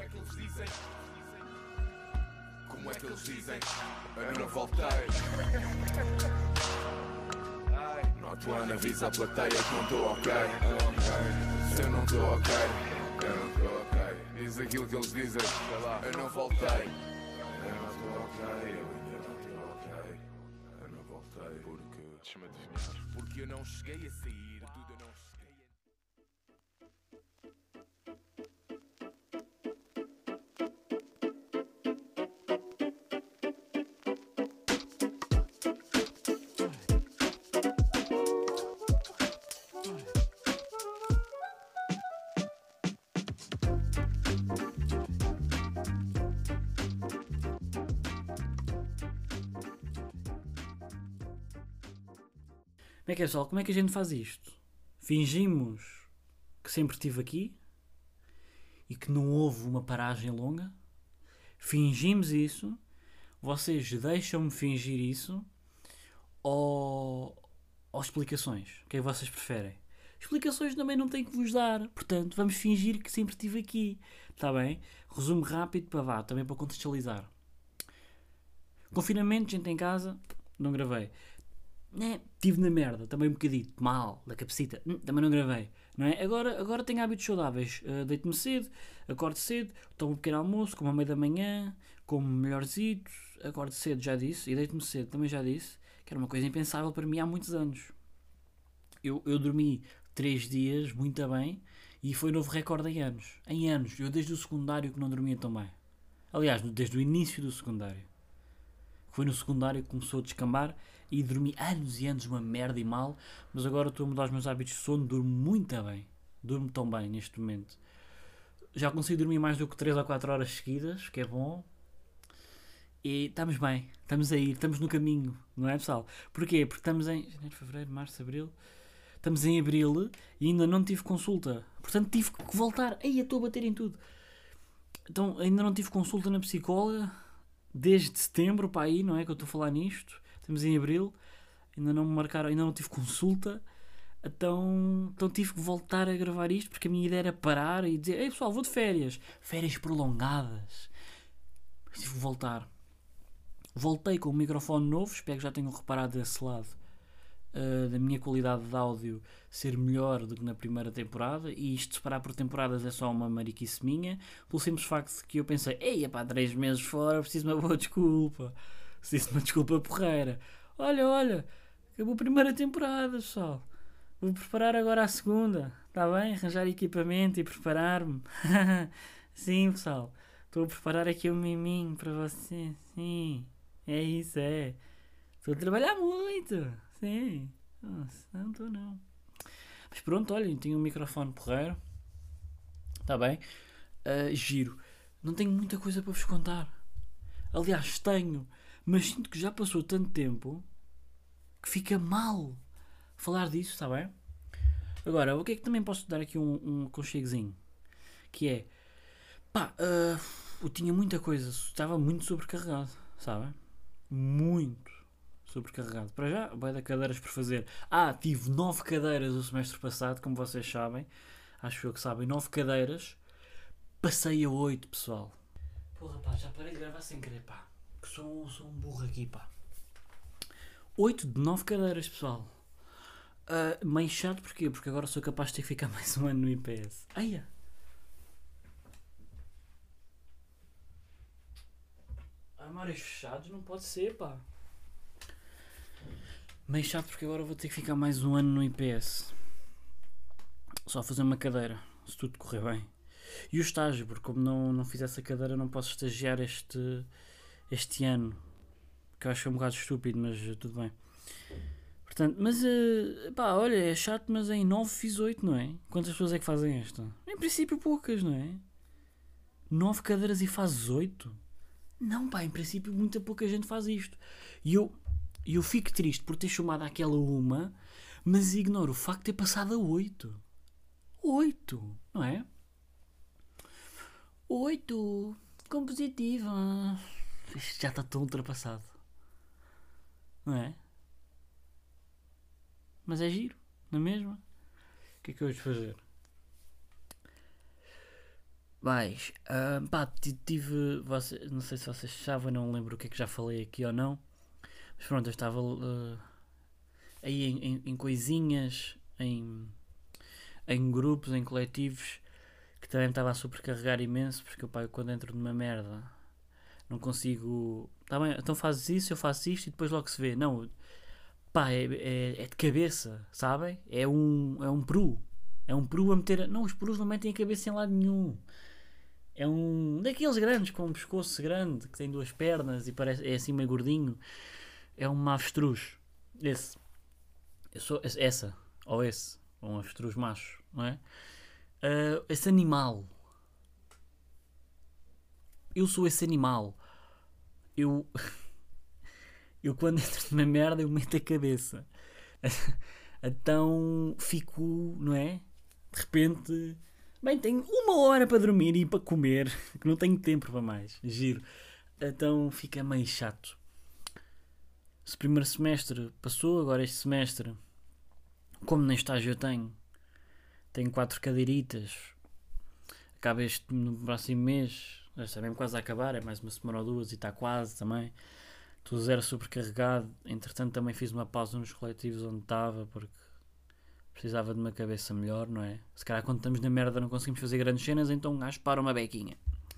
é que eles dizem? Como é que eles dizem? Eu não voltei. Not one avisa a plateia que não estou ok. Se eu não estou ok, eu não estou ok. Diz aquilo que eles dizem. Eu não voltei. Eu não estou ok. Eu ainda não estou ok. Eu não voltei. Porque. Deixa-me adivinhar. Porque eu não cheguei a sair. Tudo eu não cheguei a. Como é que é, pessoal? Como é que a gente faz isto? Fingimos que sempre estive aqui e que não houve uma paragem longa. Fingimos isso. Vocês deixam-me fingir isso ou explicações? O que é que vocês preferem? Explicações também não tenho que vos dar. Portanto, vamos fingir que sempre estive aqui. Está bem? Resumo rápido para vá, também para contextualizar. Confinamento, gente em casa, não gravei. Estive na merda, também um bocadinho mal, da cabecita, também não gravei, não é? Agora tenho hábitos saudáveis, deito-me cedo, acordo cedo, tomo um pequeno almoço, como à meia da manhã, como melhorzitos, acordo cedo, já disse, e deito-me cedo, também já disse, que era uma coisa impensável para mim há muitos anos. Eu dormi 3 dias muito bem e foi novo recorde em anos, eu desde o secundário que não dormia tão bem, aliás, desde o início do secundário. Foi no secundário que começou a descambar e dormi anos e anos uma merda e mal, mas agora estou a mudar os meus hábitos de sono, durmo muito bem. Durmo tão bem neste momento. Já consigo dormir mais do que 3 ou 4 horas seguidas, que é bom. E estamos bem, estamos a ir, estamos no caminho, não é, pessoal? Porquê? Porque estamos em janeiro, fevereiro, março, abril. Estamos em abril e ainda não tive consulta. Portanto tive que voltar. Aí estou a bater em tudo. Então ainda não tive consulta na psicóloga. Desde setembro para aí, não é que eu estou a falar nisto. Estamos em abril, ainda não me marcaram, ainda não tive consulta. Então tive que voltar a gravar isto porque a minha ideia era parar e dizer: ei pessoal, vou de férias. Férias prolongadas. Mas tive que voltar. Voltei com um microfone novo, espero que já tenham reparado desse lado. Da minha qualidade de áudio ser melhor do que na primeira temporada, e isto separar por temporadas é só uma mariquice minha, pelo simples facto de que eu pensei: ei, pá, 3 meses fora, preciso de uma boa desculpa, preciso de uma desculpa porreira. Olha, acabou a primeira temporada, pessoal, vou preparar agora a segunda, está bem? Arranjar equipamento e preparar-me. Sim, pessoal, estou a preparar aqui um miminho para vocês, sim, é isso, é. Estou a trabalhar muito. Sim. Nossa, não estou não. Mas pronto, olhem, tenho um microfone porreiro. Está bem. Giro. Não tenho muita coisa para vos contar. Aliás, tenho. Mas sinto que já passou tanto tempo que fica mal falar disso, está bem? Agora, o que é que também posso dar aqui um aconchegozinho? Que é... Pá, eu tinha muita coisa. Estava muito sobrecarregado, sabem? Muito sobrecarregado. Para já, vai dar cadeiras por fazer. Tive 9 cadeiras o semestre passado, como vocês sabem. Acho eu que sabem. 9 cadeiras. Passei a 8, pessoal. Porra, pá, já parei de gravar sem querer, pá. Que sou um burro aqui, pá. 8 de 9 cadeiras, pessoal. Meio chato, porquê? Porque agora sou capaz de ter que ficar mais um ano no IPS. Aia! Armários fechados não pode ser, pá. Meio chato porque agora vou ter que ficar mais um ano no IPS. Só fazer uma cadeira, se tudo correr bem. E o estágio, porque como não fiz essa cadeira não posso estagiar este ano. Que eu acho que é um bocado estúpido, mas tudo bem. Portanto, mas pá, olha, é chato, mas em 9 fiz 8, não é? Quantas pessoas é que fazem esta? Em princípio poucas, não é? 9 cadeiras e fazes 8? Não, pá, em princípio muita pouca gente faz isto. E eu fico triste por ter chamado aquela uma, mas ignoro o facto de ter passado a 8. 8, não é? 8, compositiva. Isto já está tão ultrapassado, não é? Mas é giro, não é mesmo? O que é que eu vou fazer? Mais, tive, não sei se vocês sabem, não lembro o que é que já falei aqui ou não, mas pronto, eu estava aí em coisinhas, em grupos, em coletivos, que também me estava a supercarregar imenso, porque eu quando entro numa merda não consigo. Tá bem, então fazes isso, eu faço isto e depois logo se vê. Não, pá, é de cabeça, sabem? É um peru. É um peru a meter. Não, os perus não metem a cabeça em lado nenhum. É um daqueles grandes, com um pescoço grande, que tem duas pernas e parece, é assim meio gordinho. É um avestruz. Esse. Eu sou essa. Ou esse. Ou um avestruz macho, não é? Esse animal. Eu sou esse animal. Eu. Eu quando entro numa merda eu meto a cabeça. Então fico, não é? De repente, bem, tenho 1 hora para dormir e para comer, que não tenho tempo para mais. Giro. Então fica meio chato. Se o primeiro semestre passou, agora este semestre, como nem estágio eu tenho 4 cadeiritas. Acaba este no próximo mês. Já está mesmo quase a acabar, é mais uma semana ou duas e está quase também. Estou zero supercarregado. Entretanto também fiz uma pausa nos coletivos onde estava porque precisava de uma cabeça melhor, não é? Se calhar quando estamos na merda não conseguimos fazer grandes cenas, então um gajo para uma bequinha.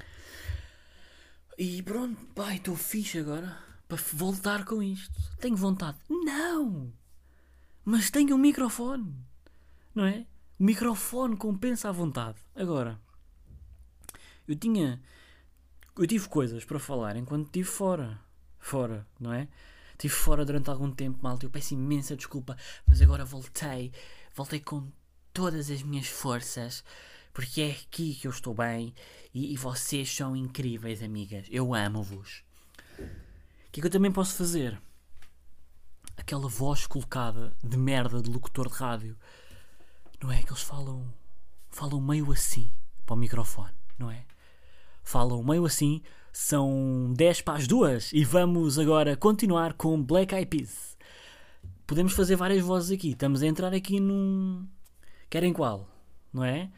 E pronto, pai, estou fixe agora para voltar com isto. Tenho vontade. Não! Mas tenho um microfone, não é? O microfone compensa a vontade. Agora, eu tive coisas para falar enquanto estive fora, não é? Estive fora durante algum tempo, malta, eu peço imensa desculpa, mas agora voltei com todas as minhas forças, porque é aqui que eu estou bem e vocês são incríveis, amigas, eu amo-vos. O que é que eu também posso fazer? Aquela voz colocada de merda de locutor de rádio, não é? Que eles falam meio assim para o microfone, não é? Falam meio assim. São 10 para as 2 e vamos agora continuar com Black Eyed Peas. Podemos fazer várias vozes aqui. Estamos a entrar aqui num... Querem qual? Não é?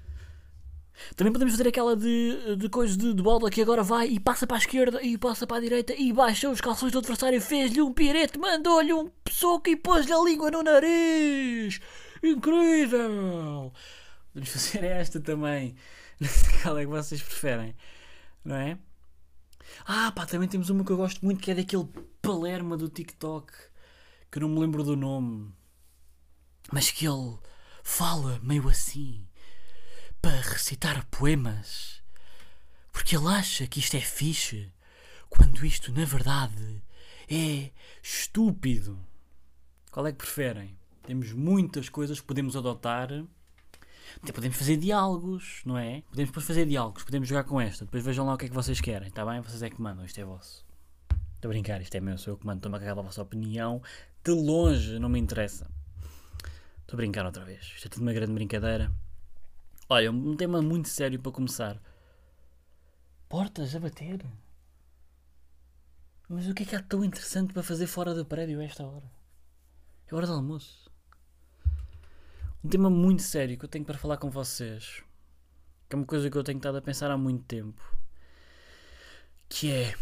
Também podemos fazer aquela de coisa de bola que agora vai e passa para a esquerda e passa para a direita e baixa os calções do adversário, fez-lhe um pirete, mandou-lhe um soco e pôs-lhe a língua no nariz. Incrível! Podemos fazer esta também. Não sei qual é que vocês preferem. Não é? Também temos uma que eu gosto muito, que é daquele Palerma do TikTok, que eu não me lembro do nome, mas que ele fala meio assim, para recitar poemas, porque ele acha que isto é fixe, quando isto, na verdade, é estúpido. Qual é que preferem? Temos muitas coisas que podemos adotar. Até podemos fazer diálogos, não é? Podemos depois fazer diálogos, podemos jogar com esta. Depois vejam lá o que é que vocês querem, está bem? Vocês é que mandam, isto é vosso. Estou a brincar, isto é meu, sou eu que mando. Estou-me a cagar para a vossa opinião. De longe, não me interessa. Estou a brincar outra vez. Isto é tudo uma grande brincadeira. Olha, um tema muito sério para começar. Portas a bater? Mas o que é que há tão interessante para fazer fora do prédio a esta hora? É hora do almoço. Um tema muito sério que eu tenho para falar com vocês, que é uma coisa que eu tenho estado a pensar há muito tempo, que é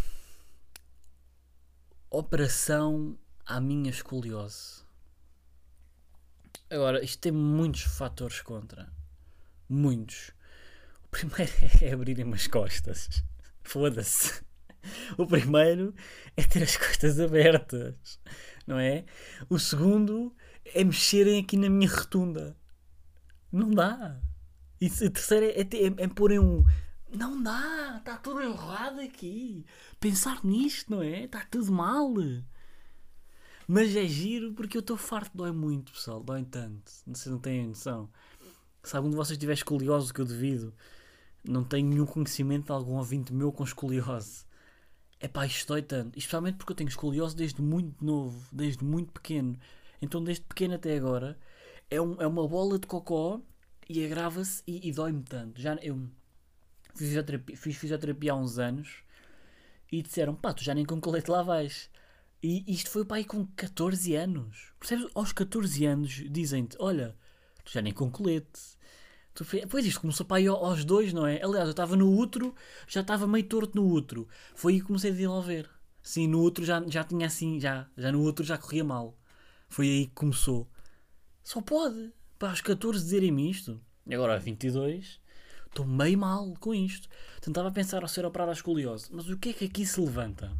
operação à minha escoliose. Agora, isto tem muitos fatores contra. Muitos. O primeiro é abrirem-me as costas. Foda-se. O primeiro é ter as costas abertas, não é? O segundo é mexerem aqui na minha rotunda. Não dá. E a terceira é porem um... Não dá. Está tudo errado aqui. Pensar nisto, não é? Está tudo mal. Mas é giro porque eu estou farto. Dói muito, pessoal. Dói tanto. Vocês não têm noção. Se algum de vocês tiver escoliose, que eu devido, não tenho nenhum conhecimento de algum ouvinte meu com escoliose. Isto dói tanto. Especialmente porque eu tenho escoliose desde muito novo. Desde muito pequeno. Então desde pequeno até agora é uma bola de cocó e agrava-se e dói-me tanto. Eu fiz fisioterapia há uns anos e disseram, tu já nem com colete lá vais. E isto foi aí com 14 anos. Percebes? Aos 14 anos dizem-te, olha, tu já nem com colete, Pois isto começou para aí aos 2, não é? Aliás, eu estava no útero, já estava meio torto no útero. Foi aí que comecei a desenvolver. Sim, no útero já tinha assim, já no útero já corria mal. Foi aí que começou. Só pode. Para aos 14 dizerem-me isto. E agora aos 22, estou meio mal com isto. Tentava pensar ao ser operado à escoliose. Mas o que é que aqui se levanta?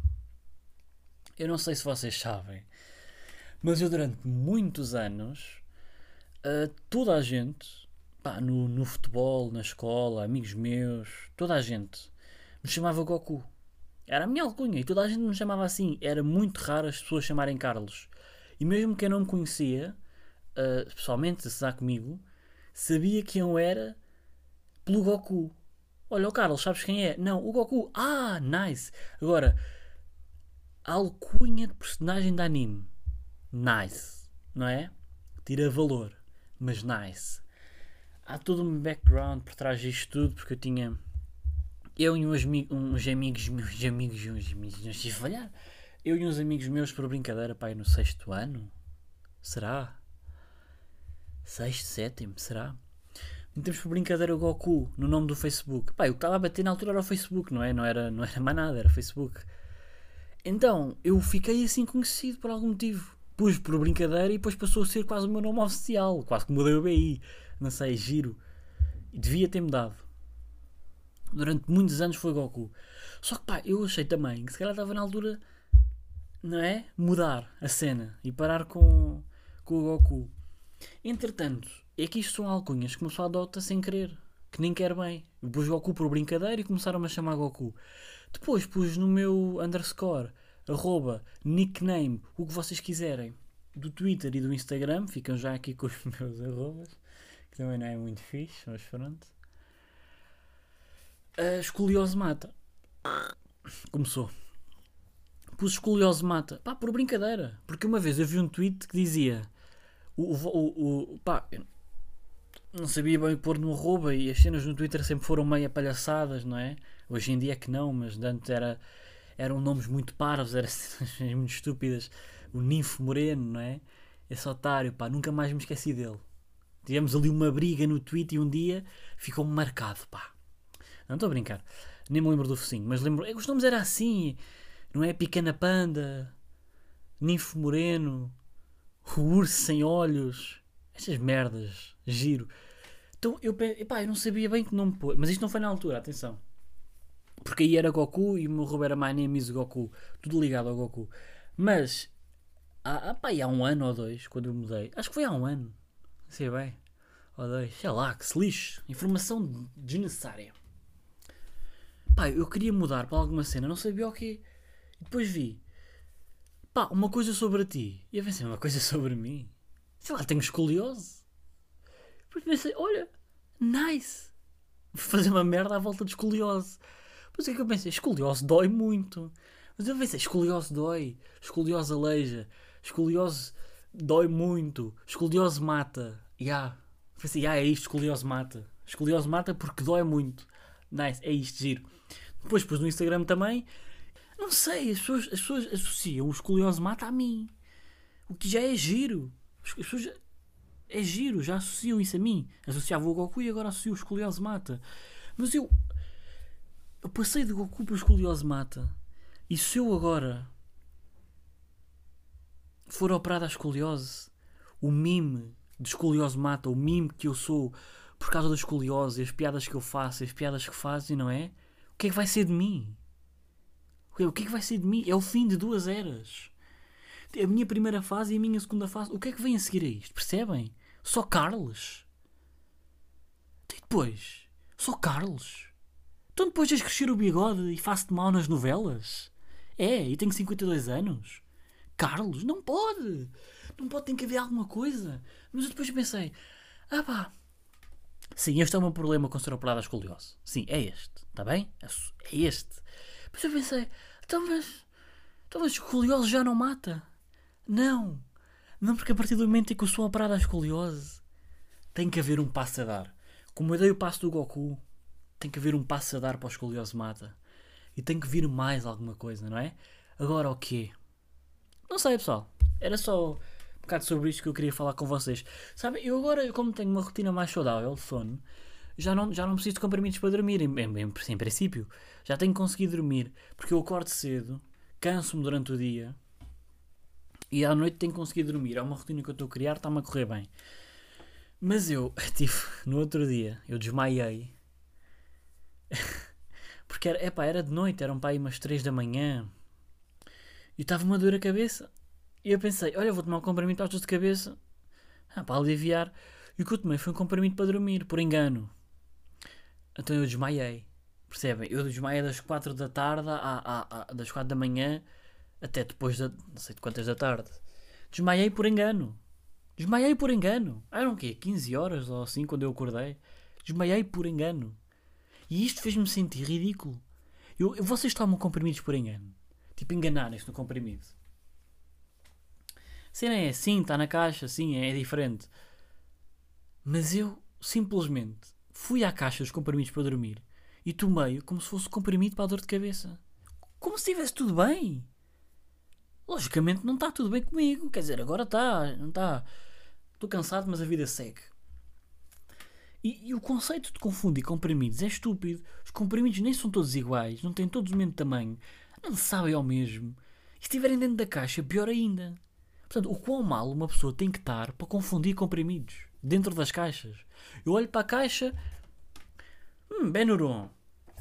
Eu não sei se vocês sabem. Mas eu durante muitos anos, toda a gente, pá, no futebol, na escola, amigos meus, toda a gente me chamava Goku. Era a minha alcunha e toda a gente me chamava assim. Era muito raro as pessoas chamarem Carlos. E mesmo quem não me conhecia, pessoalmente, se dá comigo, sabia quem eu era pelo Goku. Olha, o Carlos, sabes quem é? Não, o Goku. Ah, nice. Agora, a alcunha de personagem de anime. Nice. Não é? Tira valor. Mas nice. Há todo um background por trás disto tudo, porque eu tinha... Eu e uns amigos meus, falhar. Eu e uns amigos meus por brincadeira, pai, no 6º ano? Será? 6º, 7º, será? Metemos por brincadeira o Goku no nome do Facebook. Pá, o que estava a bater na altura era o Facebook, não é? Não era mais nada, era o Facebook. Então, eu fiquei assim conhecido por algum motivo. Pus por brincadeira e depois passou a ser quase o meu nome oficial. Quase que mudei o BI. Não sei, giro. E devia ter mudado. Durante muitos anos foi Goku. Só que pá, eu achei também que se calhar estava na altura, não é? Mudar a cena e parar com o Goku. Entretanto, é que isto são alcunhas que começou a adotar sem querer. Que nem quer bem. Eu pus Goku por brincadeira e começaram-me a chamar Goku. Depois pus no meu underscore, @ nickname, o que vocês quiserem, do Twitter e do Instagram. Ficam já aqui com os meus arrobas, que também não é muito fixe, mas pronto. A escoliose mata. Começou. Pus escoliose mata. Pá, por brincadeira. Porque uma vez eu vi um tweet que dizia... Pá, eu não sabia bem pôr no arroba e as cenas no Twitter sempre foram meio palhaçadas, não é? Hoje em dia é que não, mas antes eram nomes muito parvos, eram cenas muito estúpidas. O Ninfo Moreno, não é? Esse otário, pá, nunca mais me esqueci dele. Tivemos ali uma briga no tweet e um dia ficou-me marcado, pá. Não estou a brincar. Nem me lembro do focinho, mas lembro... Os nomes eram assim, não é? Pequena Panda, Ninfo Moreno, o Urso Sem Olhos, estas merdas, giro. Então eu não sabia bem que nome pôr, mas isto não foi na altura, atenção. Porque aí era Goku e o meu arroba era My Name is Goku, tudo ligado ao Goku. Mas há 1 ano ou 2, quando eu mudei, acho que foi há 1 ano, não sei bem, ou 2, sei lá, que se lixe, informação desnecessária. Pá, eu queria mudar para alguma cena, não sabia o quê. E depois vi, pá, uma coisa sobre ti. E eu pensei, uma coisa sobre mim? Sei lá, tenho escoliose. Depois pensei, olha, nice. Vou fazer uma merda à volta de escoliose. Depois é que eu pensei, escoliose dói muito. Mas eu pensei, escoliose dói, escoliose aleija, escoliose dói muito, escoliose mata. Pensei, é isto, escoliose mata. Escoliose mata porque dói muito. Nice, é isto, giro. Depois pus no Instagram também. Não sei, as pessoas associam o escoliose mata a mim. O que já é giro. As pessoas é giro, já associam isso a mim. Associava o Goku e agora associo o escoliose mata. Mas eu passei de Goku para o escoliose mata. E se eu agora for operado à escoliose, o meme de escoliose mata, o meme que eu sou por causa da escoliose, as piadas que eu faço, as piadas que fazem, não é? O que é que vai ser de mim? O que é que vai ser de mim? É o fim de 2 eras. A minha primeira fase e a minha segunda fase. O que é que vem a seguir a isto? Percebem? Só Carlos. E depois? Só Carlos. Então depois de crescer o bigode e faço-te mal nas novelas? E tenho 52 anos. Carlos? Não pode. Não pode, tem que haver alguma coisa. Mas eu depois pensei, pá, sim, este é o meu problema com ser operado à escoliose. Sim, é este. Está bem? É este. Depois eu pensei, então mas escoliose já não mata. Não, porque a partir do momento em que eu sou operado à escoliose, tem que haver um passo a dar. Como eu dei o passo do Goku, tem que haver um passo a dar para o escoliose mata. E tem que vir mais alguma coisa, não é? Agora o quê? Não sei, pessoal. Era só um bocado sobre isto que eu queria falar com vocês. Sabe, eu agora, como tenho uma rotina mais saudável de sono, já não preciso de comprimidos para dormir, em princípio. Já tenho conseguido dormir, porque eu acordo cedo, canso-me durante o dia e à noite tenho conseguido dormir. É uma rotina que eu estou a criar, está-me a correr bem. Mas eu tive, no outro dia, eu desmaiei. Porque era de noite, eram para aí umas 3 da manhã e estava-me a dor a cabeça. E eu pensei, olha, vou tomar um comprimido para as dores de cabeça, para aliviar. E o que eu tomei foi um comprimido para dormir, por engano. Então eu desmaiei. Percebem? Eu desmaiei das 4 da tarde, das 4 da manhã, até depois não sei de quantas da tarde. Desmaiei por engano. Desmaiei por engano. Eram o quê? 15 horas ou assim quando eu acordei. Desmaiei por engano. E isto fez-me sentir ridículo. Vocês tomam comprimidos por engano. Tipo, enganarem-se no comprimido. Se não é assim, está na caixa, sim, é diferente. Mas eu, simplesmente, fui à caixa dos comprimidos para dormir e tomei como se fosse comprimido para a dor de cabeça. Como se estivesse tudo bem. Logicamente não está tudo bem comigo. Quer dizer, agora está, não está. Estou cansado, mas a vida segue. E o conceito de confundir comprimidos é estúpido. Os comprimidos nem são todos iguais, não têm todos o mesmo tamanho, não sabem ao mesmo. E se estiverem dentro da caixa, pior ainda. Portanto, o quão mal uma pessoa tem que estar para confundir comprimidos dentro das caixas. Eu olho para a caixa, Benuron,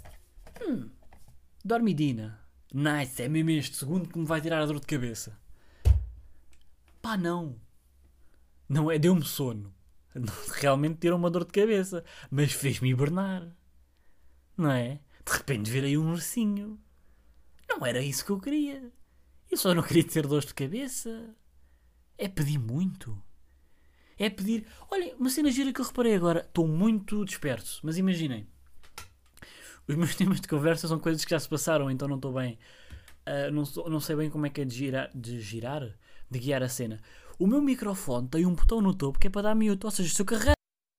Dormidina, nice, é mesmo este segundo que me vai tirar a dor de cabeça. Pá, não. Não é, deu-me sono. Realmente tirou uma dor de cabeça, mas fez-me hibernar. Não é? De repente virei um ursinho. Não era isso que eu queria. Eu só não queria ter dores de cabeça. É pedir muito. É pedir... Olhem, uma cena gira que eu reparei agora. Estou muito disperso, mas imaginem. Os meus temas de conversa são coisas que já se passaram, então não estou bem. Não sei bem como é que é de guiar a cena. O meu microfone tem um botão no topo que é para dar mute. Ou seja, se eu carregar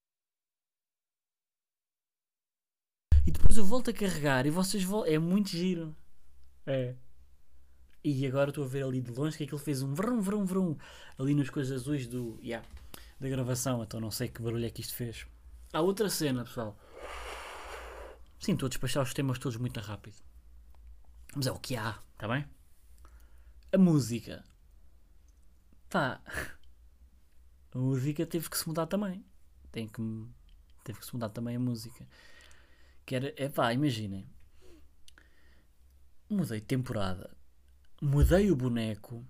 e depois eu volto a carregar e vocês voltam... É muito giro. É. E agora estou a ver ali de longe que aquilo fez um vrum vrum vrum ali nas coisas azuis da gravação. Então não sei que barulho é que isto fez. Há outra cena, pessoal. Sim, estou a despachar os temas todos muito rápido. Mas é o que há, está bem? A música. Pá. A música teve que se mudar também. Teve que se mudar também a música. Que era, pá, imaginem. Mudei de temporada. Mudei o boneco.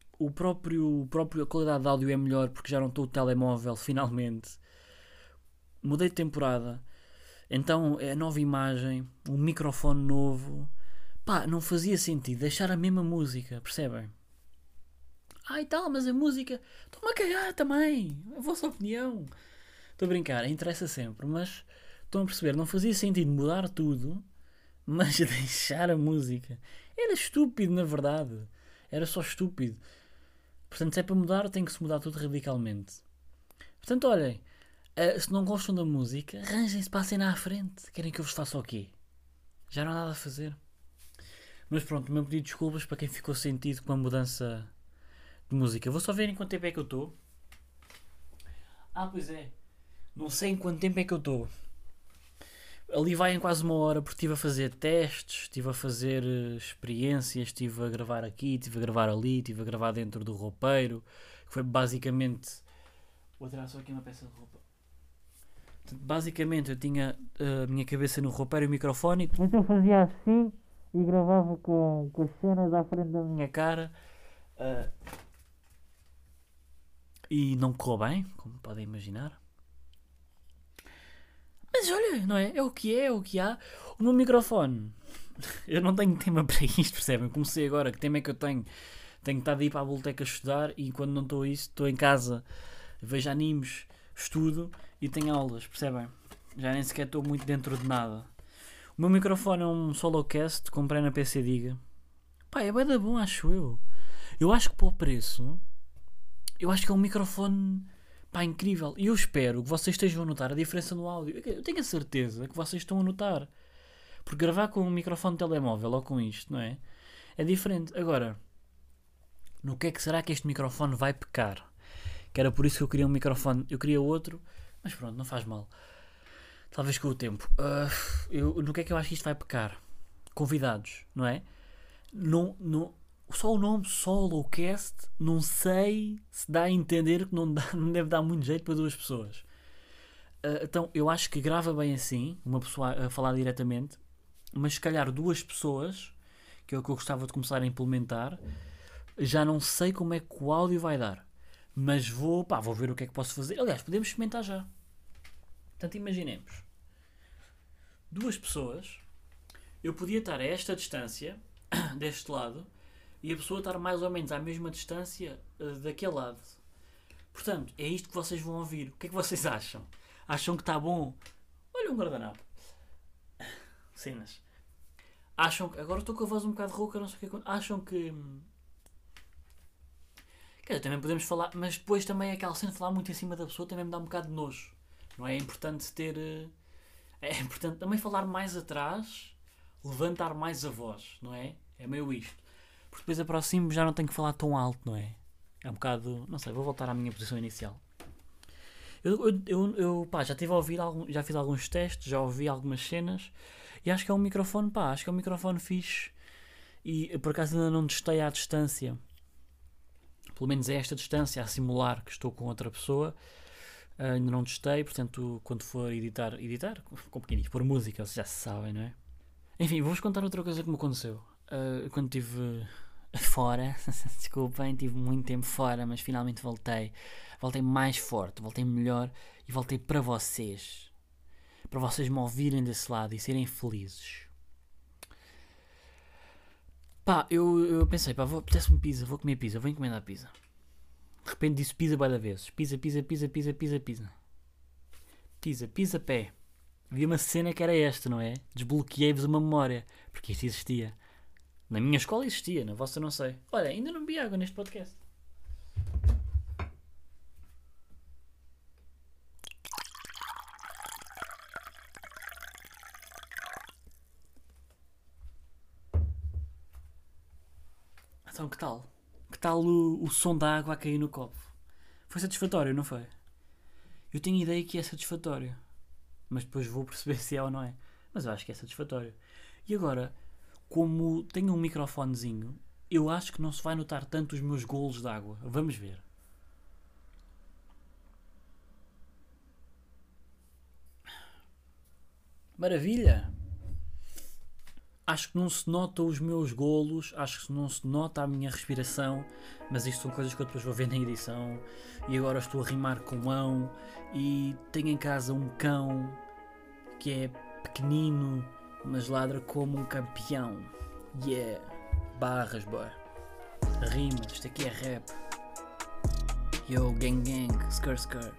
A qualidade de áudio é melhor porque já não estou o telemóvel, finalmente. Mudei de temporada. Então é nova imagem, um microfone novo. Pá, não fazia sentido deixar a mesma música, percebem? Ai tal, mas a música... Estou-me a cagar também. A vossa opinião. Estou a brincar, interessa sempre. Mas estão a perceber, não fazia sentido mudar tudo, mas deixar a música. Era estúpido, na verdade. Era só estúpido. Portanto, se é para mudar, tem que se mudar tudo radicalmente. Portanto, olhem. Se não gostam da música, arranjem-se para a cena à frente. Querem que eu vos faça o quê? Já não há nada a fazer. Mas pronto, meu pedido de desculpas para quem ficou sentido com a mudança de música. Vou só ver em quanto tempo é que eu estou. Pois é. Não sei em quanto tempo é que eu estou. Ali vai em quase uma hora porque estive a fazer testes, estive a fazer experiências, estive a gravar aqui, estive a gravar ali, estive a gravar dentro do roupeiro. Que foi basicamente... Vou tirar só aqui uma peça de roupa. Basicamente eu tinha a minha cabeça no roupeiro e o microfone, então eu fazia assim e gravava com as cenas à frente da minha cara e não correu bem, como podem imaginar. Mas olha, não é? É o que há. O meu microfone, eu não tenho tema para isto, percebem? Comecei agora, que tema é que eu tenho? Tenho que estar de ir para a biblioteca a estudar e quando não estou estou em casa, vejo animes, estudo e tenho aulas, percebem? Já nem sequer estou muito dentro de nada. O meu microfone é um Solocast, comprei na PC Diga. Pá, é bem da bom, acho eu. Eu acho que para o preço, eu acho que é um microfone, pá, incrível. E eu espero que vocês estejam a notar a diferença no áudio. Eu tenho a certeza que vocês estão a notar. Porque gravar com um microfone de telemóvel ou com isto, não é? É diferente. Agora, no que é que será que este microfone vai pecar? Que era por isso que eu queria um microfone. Eu queria outro, mas pronto, não faz mal. Talvez com o tempo. No que é que eu acho que isto vai pecar? Convidados, não é? Não, só o nome Solocast, não sei se dá a entender que não deve dar muito jeito para duas pessoas. Então eu acho que grava bem assim, uma pessoa a falar diretamente, mas se calhar duas pessoas, que é o que eu gostava de começar a implementar, já não sei como é que o áudio vai dar. Mas vou ver o que é que posso fazer. Aliás, podemos experimentar já. Portanto, imaginemos. Duas pessoas, eu podia estar a esta distância, deste lado, e a pessoa estar mais ou menos à mesma distância daquele lado. Portanto, é isto que vocês vão ouvir. O que é que vocês acham? Acham que está bom? Olha um guardanapo. Cenas. Acham que... Agora estou com a voz um bocado rouca, não sei o que acontece. Acham que... Quer dizer, também podemos falar... Mas depois também aquela cena de falar muito em cima da pessoa também me dá um bocado de nojo. Não é? É importante ter... É importante também falar mais atrás, levantar mais a voz, não é? É meio isto. Porque depois aproximo já não tenho que falar tão alto, não é? É um bocado... Não sei, vou voltar à minha posição inicial. Eu já estive a ouvir, já fiz alguns testes, já ouvi algumas cenas e acho que é um microfone, acho que é um microfone fixe e por acaso ainda não testei à distância, pelo menos é esta distância, a simular que estou com outra pessoa, ainda não testei, portanto quando for editar com pequeninos, por música, vocês já se sabem, não é? Enfim, vou-vos contar outra coisa que me aconteceu, quando estive fora, desculpem, tive muito tempo fora, mas finalmente voltei mais forte, voltei melhor e voltei para vocês me ouvirem desse lado e serem felizes. Eu pensei, apetece-me pizza, vou comer pizza, vou encomendar pizza. De repente disse pizza bué da vezes, pizza, pé. Havia uma cena que era esta, não é? Desbloqueei-vos uma memória, porque isto existia. Na minha escola existia, na vossa não sei. Olha, ainda não bebi água neste podcast. Então que tal? Que tal o som da água a cair no copo? Foi satisfatório, não foi? Eu tenho ideia que é satisfatório. Mas depois vou perceber se é ou não é. Mas eu acho que é satisfatório. E agora... Como tenho um microfonezinho, eu acho que não se vai notar tanto os meus golos de água. Vamos ver. Maravilha! Acho que não se notam os meus golos, acho que não se nota a minha respiração, mas isto são coisas que eu depois vou ver na edição. E agora estou a rimar com ão e tenho em casa um cão que é pequenino, mas ladra como um campeão. Yeah. Barras, boy. Rimas, isto aqui é rap. Yo, gang gang, skr.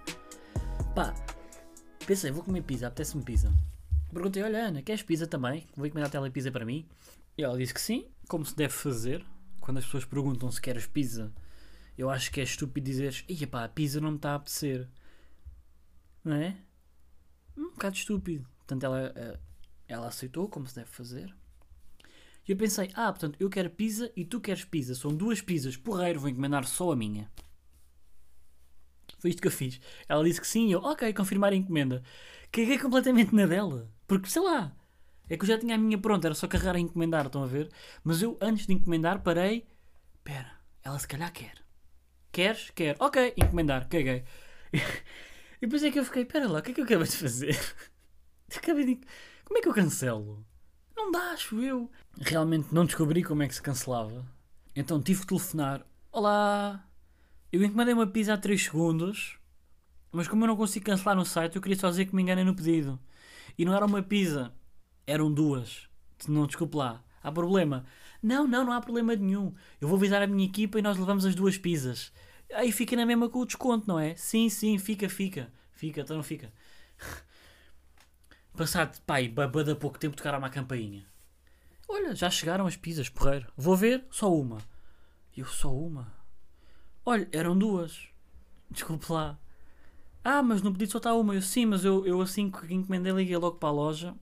Pensei, vou comer pizza, apetece-me pizza. Perguntei, olha Ana, queres pizza também? Vou encomendar a telepizza para mim? E ela disse que sim, como se deve fazer. Quando as pessoas perguntam se queres pizza, eu acho que é estúpido dizeres, a pizza não me está a apetecer. Não é? Um bocado estúpido. Portanto, ela aceitou, como se deve fazer. E eu pensei, portanto, eu quero pizza e tu queres pizza. São duas pizzas, porreiro, vou encomendar só a minha. Foi isto que eu fiz. Ela disse que sim e eu, ok, confirmar a encomenda. Caguei completamente na dela. Porque, sei lá, é que eu já tinha a minha pronta, era só carregar a encomendar, estão a ver? Mas eu, antes de encomendar, parei. Espera, ela se calhar quer. Queres? Quer. Ok, encomendar, caguei. E depois é que eu fiquei, espera lá, o que é que eu acabei de fazer? Como é que eu cancelo? Não dá, acho eu. Realmente não descobri como é que se cancelava. Então tive que telefonar. Olá! Eu encomendei uma pizza há 3 segundos, mas como eu não consigo cancelar no site, eu queria só dizer que me enganei no pedido. E não era uma pizza, eram 2. Não, desculpe lá. Há problema? Não há problema nenhum. Eu vou avisar a minha equipa e nós levamos as 2 pizzas. Aí fica na mesma com o desconto, não é? Sim, fica. Fica, então não fica. Passado, bada pouco tempo tocaram-me a campainha. Olha, já chegaram as pizzas, porreiro. Vou ver, só uma. Eu, só uma? Olha, eram 2. Desculpe lá. Mas no pedido só está uma. Eu, sim, mas eu assim que encomendei liguei logo para a loja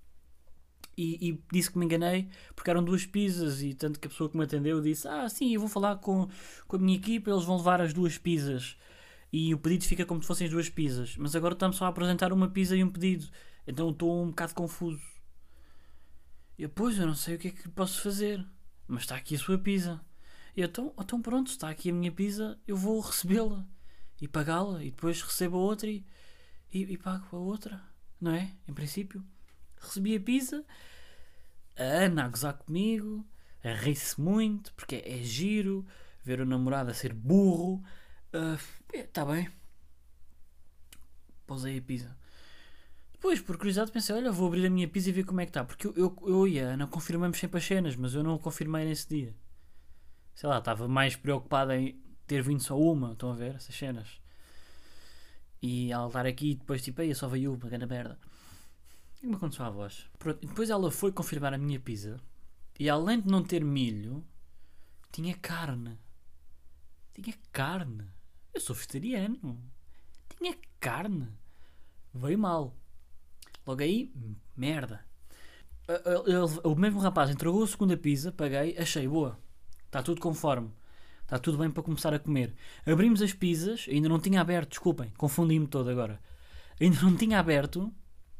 e disse que me enganei porque eram 2 pizzas e tanto que a pessoa que me atendeu disse, sim, eu vou falar com a minha equipa, eles vão levar as 2 pizzas e o pedido fica como se fossem as 2 pizzas, mas agora estamos só a apresentar uma pizza e um pedido. Então estou um bocado confuso. E depois eu não sei o que é que posso fazer. Mas está aqui a sua pizza. E então pronto, está aqui a minha pizza, eu vou recebê-la e pagá-la e depois recebo a outra e pago a outra, não é? Em princípio. Recebi a pizza, a Ana a gozar comigo, a rir-se muito, porque é giro ver o namorado a ser burro. Está bem. Pousei a pizza. Depois, por curiosidade, pensei, olha, vou abrir a minha pizza e ver como é que está. Porque eu e a Ana confirmamos sempre as cenas, mas eu não a confirmei nesse dia. Sei lá, estava mais preocupada em ter vindo só uma, estão a ver, essas cenas. E ela estar aqui e depois tipo, aí só veio uma, grande merda. O que me aconteceu à voz? Pronto, e depois ela foi confirmar a minha pizza e além de não ter milho, tinha carne. Tinha carne. Eu sou vegetariano. Tinha carne. Veio mal. Logo aí, merda. O mesmo rapaz entregou a segunda pizza, paguei, achei boa. Está tudo conforme. Está tudo bem para começar a comer. Abrimos as pizzas, ainda não tinha aberto, desculpem, confundi-me todo agora. Ainda não tinha aberto.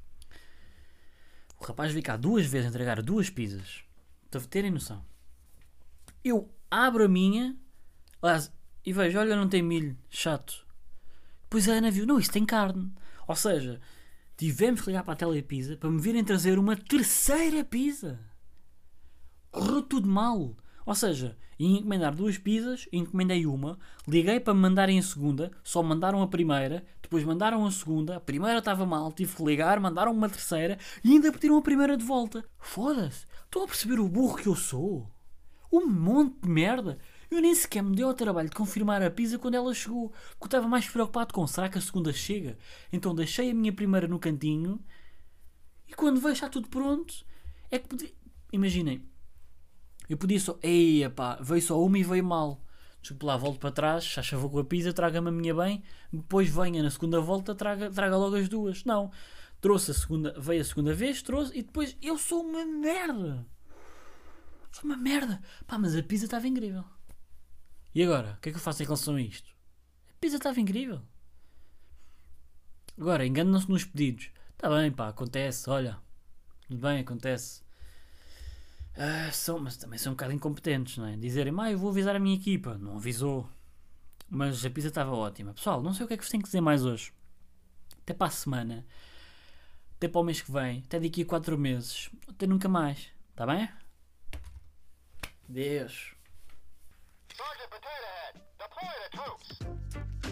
O rapaz veio cá 2 vezes entregar 2 pizzas. Para terem noção. Eu abro a minha e vejo, olha, não tem milho, chato. Depois a Ana viu, não, isso tem carne. Ou seja, tivemos que ligar para a Telepizza para me virem trazer uma terceira pizza. Correu tudo mal. Ou seja, ia encomendar 2 pizzas, encomendei uma, liguei para me mandarem a segunda, só mandaram a primeira, depois mandaram a segunda, a primeira estava mal, tive que ligar, mandaram uma terceira e ainda pediram a primeira de volta. Foda-se, estão a perceber o burro que eu sou? Um monte de merda. Eu nem sequer me deu ao trabalho de confirmar a pizza quando ela chegou, porque eu estava mais preocupado com será que a segunda chega? Então deixei a minha primeira no cantinho e quando vejo está tudo pronto, é que podia... Imaginem, eu podia só... Eia pá, veio só uma e veio mal. Desculpe lá, volto para trás, já chavou com a pizza, traga-me a minha bem, depois venha na segunda volta, traga logo as duas. Não, trouxe a segunda, veio a segunda vez, trouxe e depois eu sou uma merda. Sou uma merda. Pá, mas a pizza estava incrível. E agora? O que é que eu faço em relação a isto? A pizza estava incrível. Agora, enganam-se nos pedidos. Está bem, pá, acontece, olha. Tudo bem, acontece. Mas também são um bocado incompetentes, não é? Dizerem, eu vou avisar a minha equipa. Não avisou. Mas a pizza estava ótima. Pessoal, não sei o que é que vos tenho que dizer mais hoje. Até para a semana. Até para o mês que vem. Até daqui a 4 meses. Até nunca mais. Está bem? Deus. Sergeant Potato Head, deploy the troops!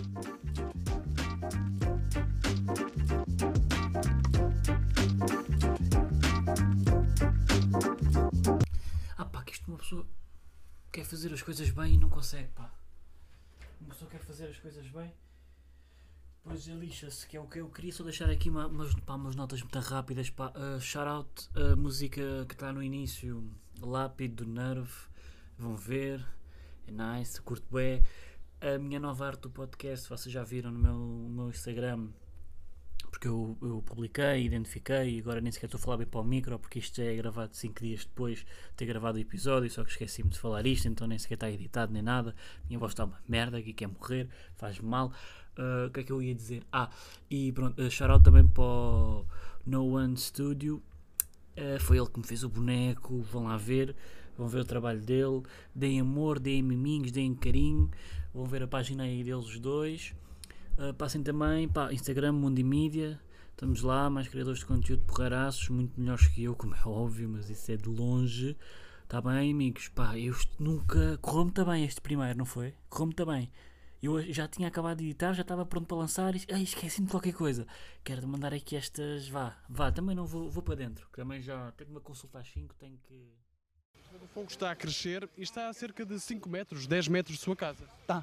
Pá, que isto uma pessoa quer fazer as coisas bem e não consegue, pá. Uma pessoa quer fazer as coisas bem, depois lixa-se, que é o que eu queria só deixar aqui umas notas muito rápidas, pá. Shout out a música que está no início, Lápido do Nerve, vão ver, é nice, curto bem. A minha nova arte do podcast, vocês já viram no meu Instagram, porque eu publiquei, identifiquei e agora nem sequer estou a falar bem para o micro porque isto já é gravado 5 dias depois de ter gravado o episódio, só que esqueci-me de falar isto, então nem sequer está editado nem nada. Minha voz está uma merda, que quer morrer, faz mal. O que é que eu ia dizer? E pronto, shout-out também para o No One Studio, foi ele que me fez o boneco, vão lá ver, vão ver o trabalho dele, deem amor, deem miminhos, deem carinho, vão ver a página aí deles os dois. Passem também para Instagram, Mundo e Mídia, estamos lá, mais criadores de conteúdo porreiraços, muito melhores que eu, como é óbvio, mas isso é de longe. Está bem, amigos? Pá, eu nunca... Correu-me também este primeiro, não foi? Correu-me também. Eu já tinha acabado de editar, já estava pronto para lançar e esqueci-me de qualquer coisa. Quero mandar aqui estas... Vá, também não vou para dentro, que também já tenho uma consulta às 5, tenho que... O fogo está a crescer e está a cerca de 5 metros, 10 metros de sua casa. Tá.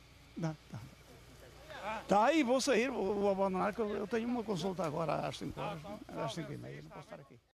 Tá aí, vou sair, vou abandonar, que eu tenho uma consulta agora às 5 horas, às 5h30, não posso estar aqui.